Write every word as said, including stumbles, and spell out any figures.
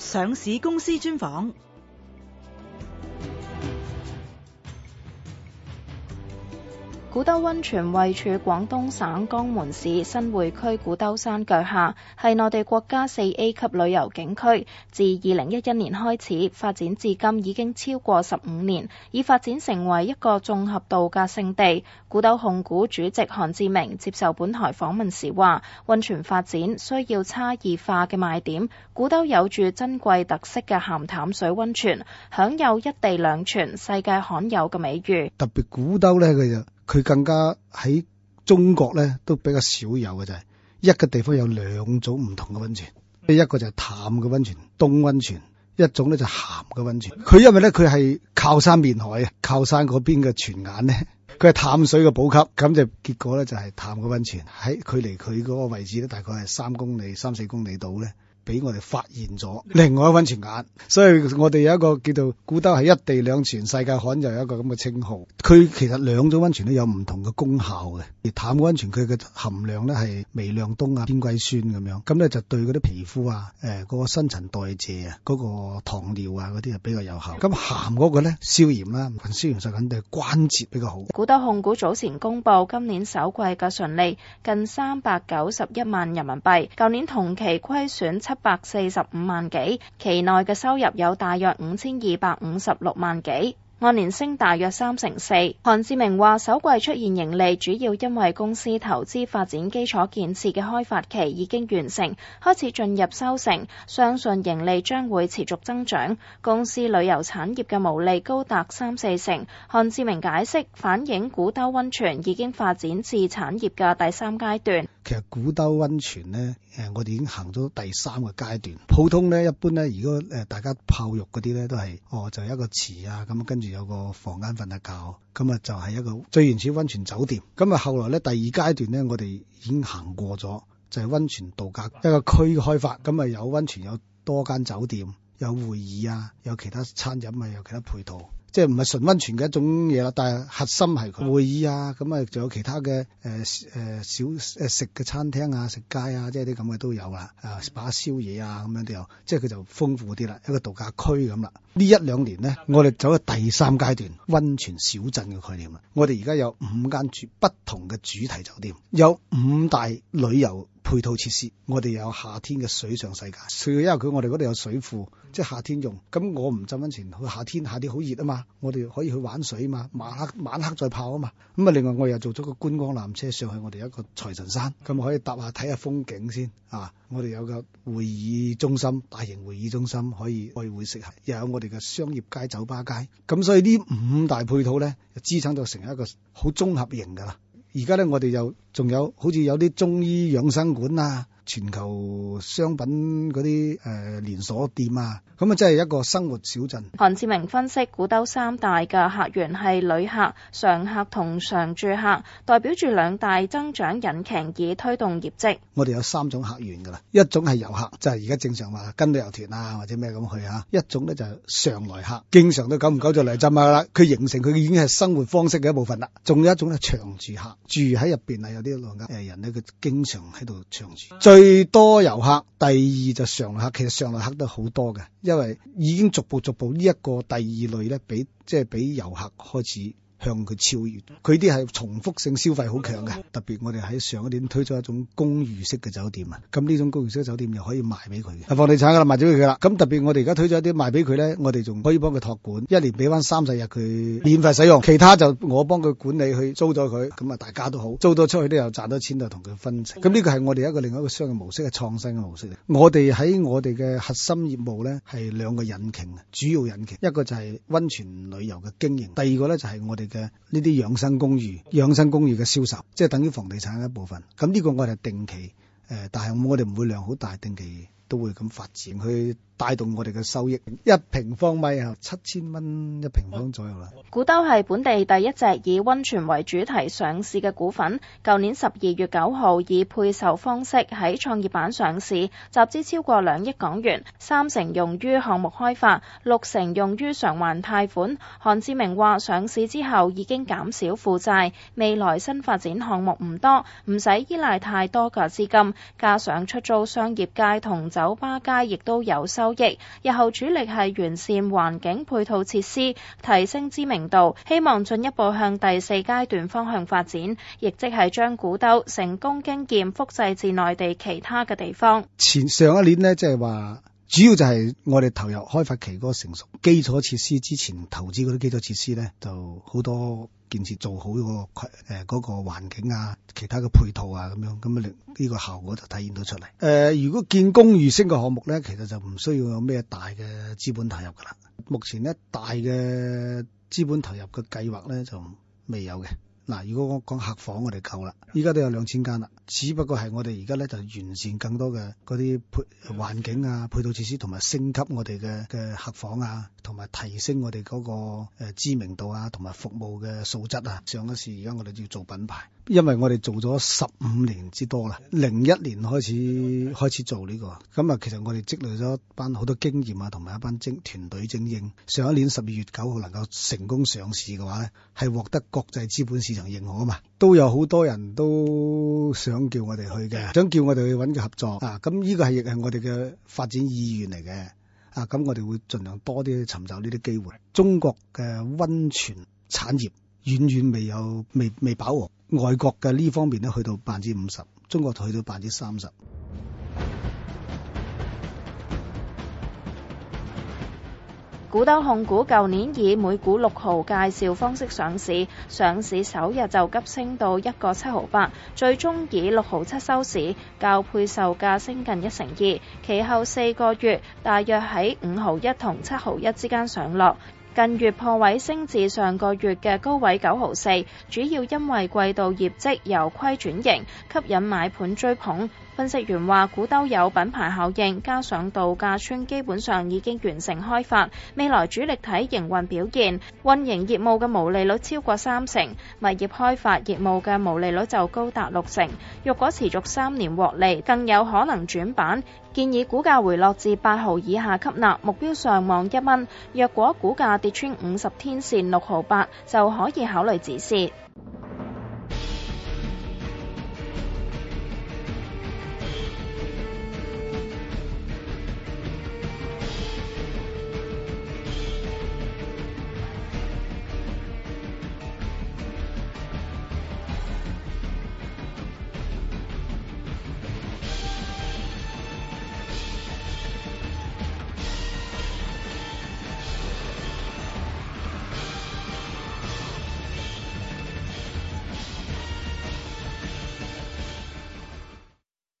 上市公司專訪。 古兜溫泉位處廣東省江門市新會區古兜山腳下，係內地國家四 A 級旅遊景區。自二零一一年開始發展至今已經超過十五年，已發展成為一個綜合度假勝地。古兜控股主席韓志明接受本台訪問時話，溫泉發展需要差異化嘅賣點。古兜有住珍貴特色嘅鹹淡水溫泉，享有一地兩泉、世界罕有嘅美譽。 特別古兜呢，佢就佢更加喺中國咧都比較少有嘅就係、是、一個地方有兩種唔同嘅溫泉，一個就係淡嘅溫泉東溫泉，一種咧就鹹嘅溫泉。佢因為咧佢係靠山面海啊，靠山嗰邊嘅泉眼咧，佢係淡水嘅補給，咁就結果咧就係淡嘅溫泉喺距離佢嗰個位置咧大概係三公里三四公里度咧，俾我哋發現咗另外一個溫泉眼，所以我哋有一個叫做古兜係一地兩泉世界罕有一個咁嘅稱號。佢其實兩種溫泉都有唔同嘅功效嘅，而淡溫泉佢嘅含量咧係微量冬啊、偏硅酸咁樣，咁咧就對嗰啲皮膚啊、誒、呃、嗰、嗰個新陳代謝啊、嗰、嗰個糖尿啊嗰啲係比較有效。咁鹹嗰個咧消炎啦，消炎實緊對關節比較好。 古兜控股早前公布今年首季嘅純利近三百九十一萬人民幣，舊年同期虧損七百四十五萬幾，期內嘅收入有大約五千二百五十六萬幾，按年升大約三成四。韓志明話，首季出現盈利，主要因為公司投資發展基礎建設嘅開發期已經完成，開始進入收成，相信盈利將會持續增長。公司旅遊產業嘅毛利高達三四成。韓志明解釋，反映古兜溫泉已經發展至產業嘅第三階段。 其實古兜溫泉呢，誒，我哋已經行咗第三個階段。普通呢，一般呢，如果誒大家泡浴嗰啲呢，都係哦，就一個池啊，咁跟住有個房間瞓下覺，咁啊就係一個最原始溫泉酒店。咁啊後來呢，第二階段呢，我哋已經行過咗，就係溫泉度假一個區開發。咁啊有溫泉，有多間酒店，有會議啊，有其他餐飲啊，有其他配套。即係唔係純溫泉嘅一種嘢啦，但係核心係會議啊，咁啊仲有其他嘅誒誒小誒食嘅餐廳啊、食街啊，即係啲咁嘅都有啦，啊把宵夜啊咁樣都有，即係佢就豐富啲啦，一個度假區咁啦。呢一兩年呢，我哋走咗第三階段溫泉小鎮嘅概念啦。我哋而家有五間主不同嘅主題酒店，有五大旅遊配套設施。我哋有夏天嘅水上世界，因為佢我哋嗰度有水庫，即係夏天用。咁我唔浸溫泉，去夏天夏天好熱啊嘛，我哋可以去玩水嘛，晚黑晚黑再泡啊嘛。咁啊，另外我又做咗個觀光纜車上去我哋一個財神山，咁可以搭下睇下風景先啊。我哋有個會議中心，大型會議中心可以開會食客，又有我哋嘅商業街、酒吧街。咁所以呢五大配套咧，就支撐到成一個好綜合型噶啦。而家咧，我哋又仲有好似有啲中醫養生館啊，全球商品嗰啲誒連鎖店啊，咁啊真係一個生活小鎮。 韓志明分析，古兜三大嘅客源係旅客、常客同常住客，代表住兩大增長引擎，以推動業績。 我哋有三種客源噶啦，一種係遊客，就係而家正常話跟旅遊團啊或者咩咁去啊；一種咧就係常來客，經常都久唔久就嚟浸下啦，佢形成佢已經係生活方式嘅一部分啦。仲有一種係長住客，住喺入邊啊，有啲老人家誒人咧，佢經常喺度長住。最多遊客，第二就常來客，其實常來客都好多嘅，因為已經逐步逐步呢一個第二類咧，俾即係俾遊客開始向佢超越，佢啲係重複性消費好強嘅。特別我哋喺上一年推出一種公寓式嘅酒店啊，咁呢種公寓式嘅酒店又可以賣俾佢嘅，房地產噶啦賣咗俾佢啦。咁特別我哋而家推咗一啲賣俾佢咧，我哋仲可以幫佢託管，一年俾翻三十日佢免費使用，其他就我幫佢管理去租咗佢，咁啊大家都好，租咗出去都有賺到錢就同佢分成。咁呢個係我哋一個另外一個商業模式嘅創新嘅模式嚟。我哋喺我哋嘅核心業務咧係兩個引擎，主要引擎一個就係溫泉旅遊嘅經營，第二個咧就係我哋嘅呢啲養生公寓、養生公寓嘅銷售，即係等於房地產嘅一部分。咁呢個我哋係定期，誒、呃，但係我哋唔會量好大，定期都會咁發展去帶動我哋嘅收益。一平方米啊，七千蚊一平方左右啦。 古兜係本地第一隻以溫泉為主題上市嘅股份，舊年十二月九號以配售方式喺創業板上市，集資超過兩億港元，三成用於項目開發，六成用於償還貸款。韓志明話：上市之後已經減少負債，未來新發展項目唔多，唔使依賴太多嘅資金，加上出租商業街同酒吧街亦都有收益。日後主力係完善環境配套設施，提升知名度，希望進一步向第四階段方向發展，亦即係將古兜成功經驗複製至內地其他嘅地方。 前上一年呢，即係話主要就係我哋投入開發期嗰個成熟基礎設施之前投資嗰啲基礎設施咧，就好多建設做好嗰、嗰個誒、呃嗰個環境啊，其他嘅配套啊咁樣，咁啊呢個效果就體現到出嚟。誒、呃，如果建功預升嘅項目咧，其實就唔需要有咩大嘅資本投入噶啦。目前咧大嘅資本投入嘅計劃咧就未有嘅。嗱，如果我講客房，我哋夠啦，依家都有兩千間啦。只不過係我哋而家咧就完善更多嘅嗰啲配環境啊、配套設施，同埋升級我哋嘅嘅客房啊，同埋提升我哋嗰個誒知名度啊，同埋服務嘅素質啊。上一次而家我哋要做品牌，因為我哋做咗十五年之多啦，零一年開始開始做呢個，咁啊其實我哋積累咗一班好多經驗啊，同埋一班精團隊精英。上一年十二月九號能夠成功上市嘅話咧，係獲得國際資本市場認可啊嘛，都有好多人都想叫我哋去嘅，想叫我哋去揾個合作啊。咁呢個係亦係我哋嘅發展意願嚟嘅啊。咁我哋會盡量多啲尋找呢啲機會。中國嘅溫泉產業遠遠未有未未飽和，外國嘅呢方面咧去到百分之五十，中國去到百分之三十。 古兜控股舊年以每股六毫介紹方式上市，上市首日就急升到一個七毫八，最終以六毫七收市，較配售價升近一成二。其後四個月大約喺五毫一同七毫一之間上落。近月破位升至上個月嘅高位九毫四，主要因為季度業績由虧轉盈，吸引買盤追捧。分析員話，古兜有品牌效應，加上度假村基本上已經完成開發，未來主力睇營運表現。運營業務嘅毛利率超過三成，物業開發業務嘅毛利率就高達六成。若果持續三年獲利，更有可能轉板。建議股價回落至八毫以下吸納，目標上望一蚊。若果股價跌穿五十天線六毫八，就可以考慮止蝕。